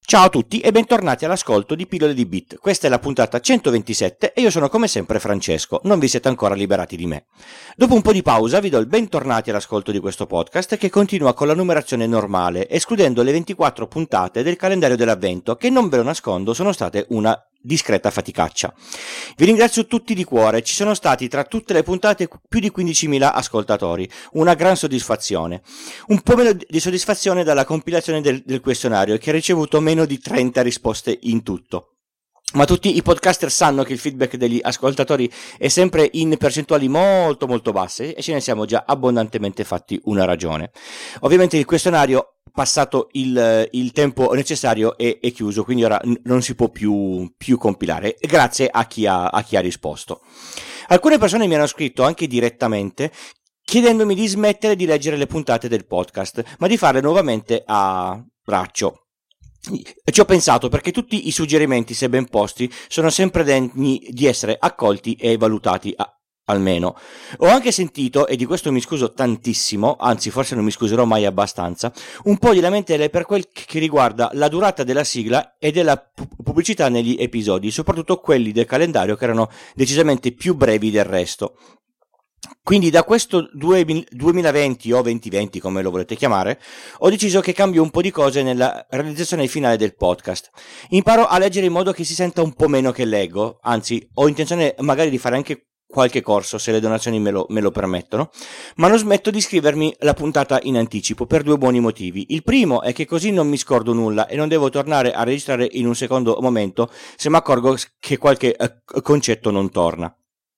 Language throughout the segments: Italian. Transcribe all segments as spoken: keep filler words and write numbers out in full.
Ciao a tutti e bentornati all'ascolto di Pillole di Bit. Questa è la puntata centoventisette e io sono come sempre Francesco, non vi siete ancora liberati di me. Dopo un po' di pausa vi do il bentornati all'ascolto di questo podcast che continua con la numerazione normale, escludendo le ventiquattro puntate del calendario dell'avvento che, non ve lo nascondo, sono state una discreta faticaccia. Vi ringrazio tutti di cuore, ci sono stati tra tutte le puntate più di quindicimila ascoltatori, una gran soddisfazione. Un po' meno di soddisfazione dalla compilazione del, del questionario, che ha ricevuto meno di trenta risposte in tutto. Ma tutti i podcaster sanno che il feedback degli ascoltatori è sempre in percentuali molto molto basse e ce ne siamo già abbondantemente fatti una ragione. Ovviamente il questionario, passato il, il tempo necessario, è, è chiuso, quindi ora n- non si può più, più compilare, grazie a chi ha, a chi ha risposto. Alcune persone mi hanno scritto anche direttamente chiedendomi di smettere di leggere le puntate del podcast, ma di farle nuovamente a braccio. Ci ho pensato perché tutti i suggerimenti, se ben posti, sono sempre degni di essere accolti e valutati a, almeno. Ho anche sentito, e di questo mi scuso tantissimo, anzi forse non mi scuserò mai abbastanza, un po' di lamentele per quel che riguarda la durata della sigla e della pubblicità negli episodi, soprattutto quelli del calendario che erano decisamente più brevi del resto. Quindi da questo duemilaventi o duemilaventi, come lo volete chiamare, ho deciso che cambio un po' di cose nella realizzazione finale del podcast. Imparo a leggere in modo che si senta un po' meno che leggo, anzi ho intenzione magari di fare anche qualche corso se le donazioni me lo, me lo permettono, ma non smetto di scrivermi la puntata in anticipo per due buoni motivi. Il primo è che così non mi scordo nulla e non devo tornare a registrare in un secondo momento se mi accorgo che qualche eh, concetto non torna.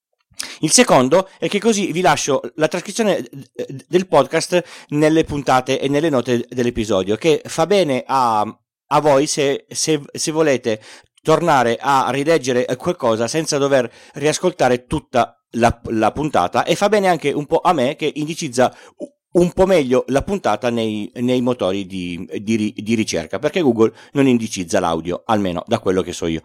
Il secondo è che così vi lascio la trascrizione del podcast nelle puntate e nelle note dell'episodio, che fa bene a, a voi se, se, se volete tornare a rileggere qualcosa senza dover riascoltare tutta la, la puntata, e fa bene anche un po' a me che indicizza un po' meglio la puntata nei, nei motori di, di, di ricerca, perché Google non indicizza l'audio, almeno da quello che so io.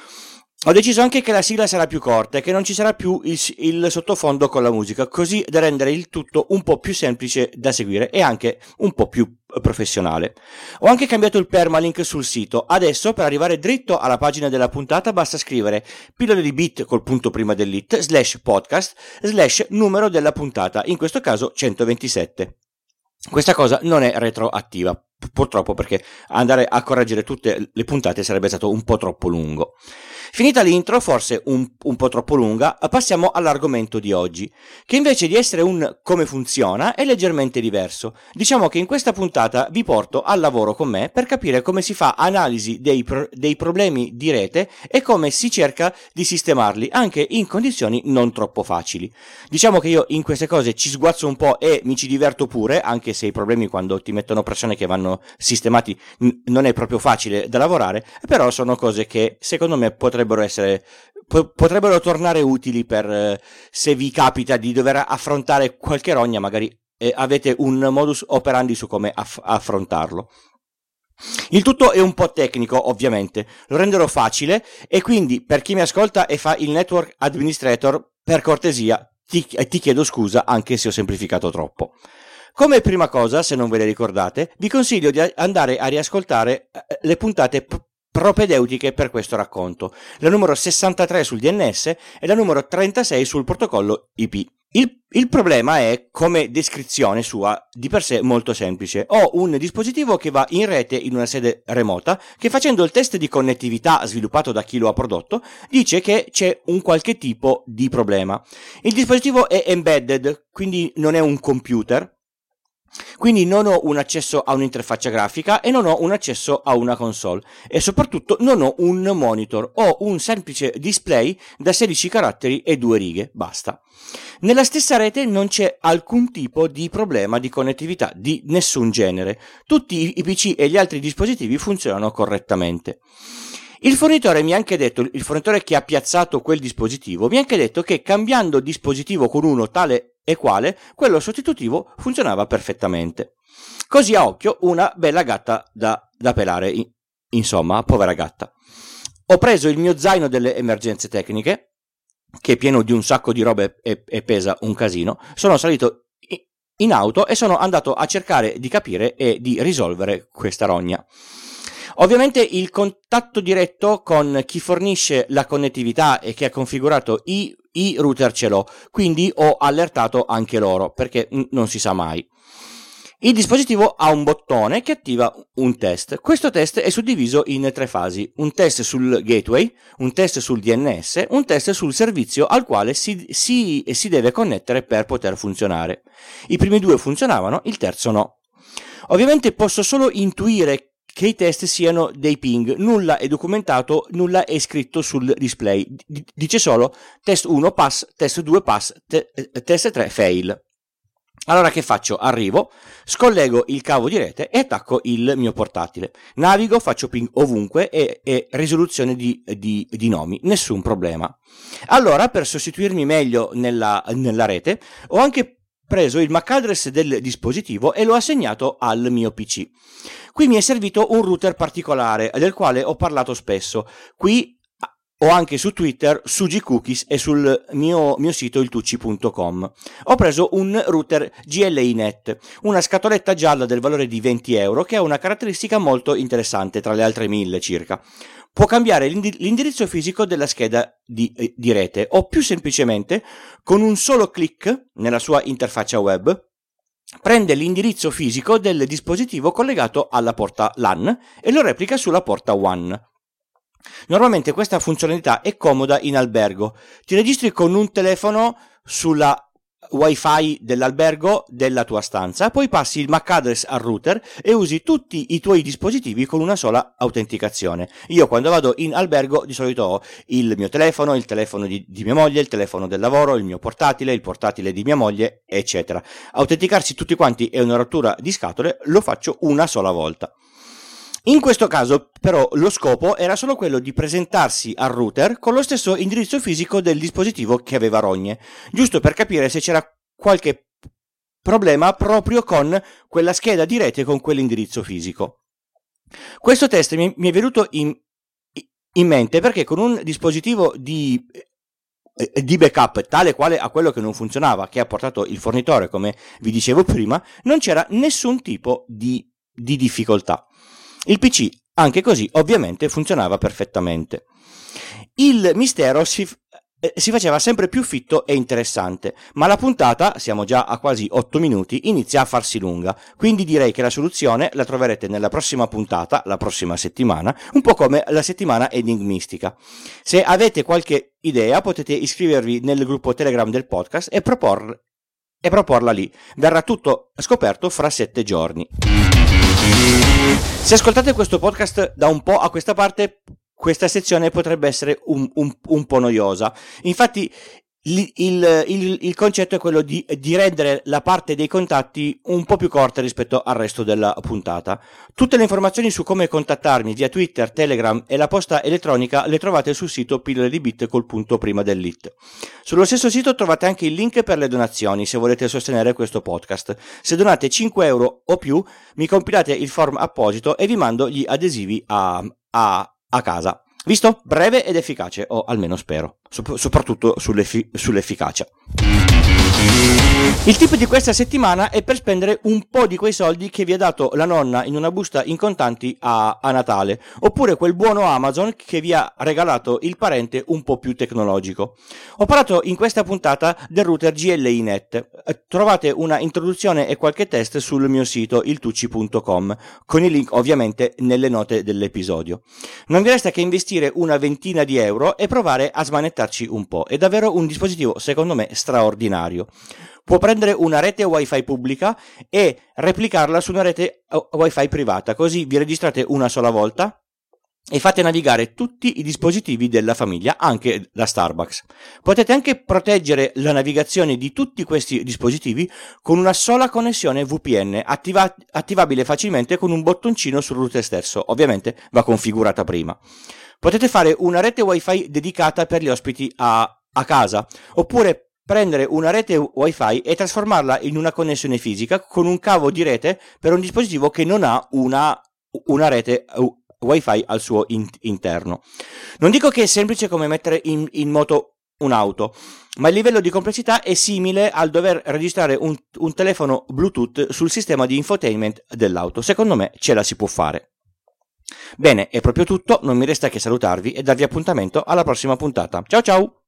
Ho deciso anche che la sigla sarà più corta e che non ci sarà più il, il sottofondo con la musica, così da rendere il tutto un po' più semplice da seguire e anche un po' più professionale. Ho anche cambiato il permalink sul sito. Adesso, per arrivare dritto alla pagina della puntata, basta scrivere pillole di bit col punto prima dell'it slash podcast slash numero della puntata, in questo caso centoventisette. Questa cosa non è retroattiva, purtroppo, perché andare a correggere tutte le puntate sarebbe stato un po' troppo lungo. Finita l'intro, forse un, un po' troppo lunga, passiamo all'argomento di oggi, che invece di essere un come funziona è leggermente diverso. Diciamo che in questa puntata vi porto al lavoro con me per capire come si fa analisi dei, pro, dei problemi di rete e come si cerca di sistemarli, anche in condizioni non troppo facili. Diciamo che io in queste cose ci sguazzo un po' e mi ci diverto pure, anche se i problemi, quando ti mettono pressione che vanno sistemati, n- non è proprio facile da lavorare, però sono cose che secondo me potrebbero potrebbero essere po- potrebbero tornare utili per eh, se vi capita di dover affrontare qualche rogna, magari eh, avete un modus operandi su come aff- affrontarlo. Il tutto è un po' tecnico, ovviamente, lo renderò facile, e quindi per chi mi ascolta e fa il network administrator, per cortesia ti, eh, ti chiedo scusa anche se ho semplificato troppo. Come prima cosa, se non ve le ricordate, vi consiglio di andare a riascoltare eh, le puntate p- propedeutiche per questo racconto, la numero sessantatré sul D N S e la numero trentasei sul protocollo I P. Il, il problema è, come descrizione sua, di per sé molto semplice. Ho un dispositivo che va in rete in una sede remota che, facendo il test di connettività sviluppato da chi lo ha prodotto, dice che c'è un qualche tipo di problema. Il dispositivo è embedded, quindi non è un computer, quindi non ho un accesso a un'interfaccia grafica e non ho un accesso a una console, e soprattutto non ho un monitor. Ho un semplice display da sedici caratteri e due righe, basta. Nella stessa rete non c'è alcun tipo di problema di connettività di nessun genere. Tutti i P C e gli altri dispositivi funzionano correttamente. Il fornitore mi ha anche detto, il fornitore che ha piazzato quel dispositivo, mi ha anche detto che cambiando dispositivo con uno tale e quale, quello sostitutivo funzionava perfettamente. Così a occhio una bella gatta da, da pelare, insomma, povera gatta. Ho preso il mio zaino delle emergenze tecniche, che è pieno di un sacco di robe e, e pesa un casino, sono salito in auto e sono andato a cercare di capire e di risolvere questa rogna. Ovviamente il contatto diretto con chi fornisce la connettività e che ha configurato i, i router ce l'ho, quindi ho allertato anche loro, perché n- non si sa mai. Il dispositivo ha un bottone che attiva un test. Questo test è suddiviso in tre fasi: un test sul gateway, un test sul D N S, un test sul servizio al quale si, si, si deve connettere per poter funzionare. I primi due funzionavano, il terzo no. Ovviamente posso solo intuire che i test siano dei ping, nulla è documentato, nulla è scritto sul display, D- dice solo test uno pass, test due pass, te- test tre fail. Allora che faccio? Arrivo, scollego il cavo di rete e attacco il mio portatile. Navigo, faccio ping ovunque e, e risoluzione di, di, di nomi, nessun problema. Allora, per sostituirmi meglio nella, nella rete, ho anche preso il M A C address del dispositivo e l'ho assegnato al mio P C. Qui mi è servito un router particolare, del quale ho parlato spesso. Qui o anche su Twitter, su Gcookies e sul mio, mio sito il tucci punto com. Ho preso un router G L I Net, una scatoletta gialla del valore di venti euro che ha una caratteristica molto interessante tra le altre mille circa. Può cambiare l'indirizzo fisico della scheda di, eh, di rete o più semplicemente con un solo clic nella sua interfaccia web prende l'indirizzo fisico del dispositivo collegato alla porta LAN e lo replica sulla porta W A N. Normalmente questa funzionalità è comoda in albergo. Ti registri con un telefono sulla wifi dell'albergo della tua stanza, poi passi il M A C address al router e usi tutti i tuoi dispositivi con una sola autenticazione. Io quando vado in albergo di solito ho il mio telefono, il telefono di, di mia moglie, il telefono del lavoro, il mio portatile, il portatile di mia moglie, eccetera. Autenticarsi tutti quanti è una rottura di scatole, lo faccio una sola volta. In questo caso però lo scopo era solo quello di presentarsi al router con lo stesso indirizzo fisico del dispositivo che aveva rogne, giusto per capire se c'era qualche problema proprio con quella scheda di rete con quell'indirizzo fisico. Questo test mi, mi è venuto in, in mente perché con un dispositivo di, di backup tale quale a quello che non funzionava, che ha portato il fornitore come vi dicevo prima, non c'era nessun tipo di, di difficoltà. Il P C, anche così, ovviamente funzionava perfettamente. Il mistero si, eh, si faceva sempre più fitto e interessante, ma la puntata, siamo già a quasi otto minuti, inizia a farsi lunga, quindi direi che la soluzione la troverete nella prossima puntata, la prossima settimana, un po' come la settimana enigmistica. Se avete qualche idea potete iscrivervi nel gruppo Telegram del podcast e proporre e proporla lì. Verrà tutto scoperto fra sette giorni. Se ascoltate questo podcast da un po' a questa parte, questa sezione potrebbe essere un, un, un po' noiosa. Infatti il, il, il, il concetto è quello di, di rendere la parte dei contatti un po' più corta rispetto al resto della puntata. Tutte le informazioni su come contattarmi via Twitter, Telegram e la posta elettronica le trovate sul sito pillole di bit col punto prima dell'it. Sullo stesso sito trovate anche il link per le donazioni se volete sostenere questo podcast. Se donate cinque euro o più mi compilate il form apposito e vi mando gli adesivi a, a, a casa. Visto? Breve ed efficace, o almeno spero, Sop- soprattutto sull'effi- sull'efficacia. Il tip di questa settimana è per spendere un po' di quei soldi che vi ha dato la nonna in una busta in contanti a, a Natale, oppure quel buono Amazon che vi ha regalato il parente un po' più tecnologico. Ho parlato in questa puntata del router G L I Net. Trovate una introduzione e qualche test sul mio sito il tucci punto com, con il link ovviamente nelle note dell'episodio. Non vi resta che investire una ventina di euro e provare a smanettarci un po'. È davvero un dispositivo secondo me straordinario. Può prendere una rete wifi pubblica e replicarla su una rete wifi privata, così vi registrate una sola volta e fate navigare tutti i dispositivi della famiglia, anche da Starbucks. Potete anche proteggere la navigazione di tutti questi dispositivi con una sola connessione V P N, attiva- attivabile facilmente con un bottoncino sul router stesso, ovviamente va configurata prima. Potete fare una rete wifi dedicata per gli ospiti a, a casa, oppure prendere una rete wifi e trasformarla in una connessione fisica con un cavo di rete per un dispositivo che non ha una, una rete wifi al suo in- interno. Non dico che è semplice come mettere in, in moto un'auto, ma il livello di complessità è simile al dover registrare un, un telefono Bluetooth sul sistema di infotainment dell'auto. Secondo me ce la si può fare. Bene, è proprio tutto, non mi resta che salutarvi e darvi appuntamento alla prossima puntata. Ciao ciao!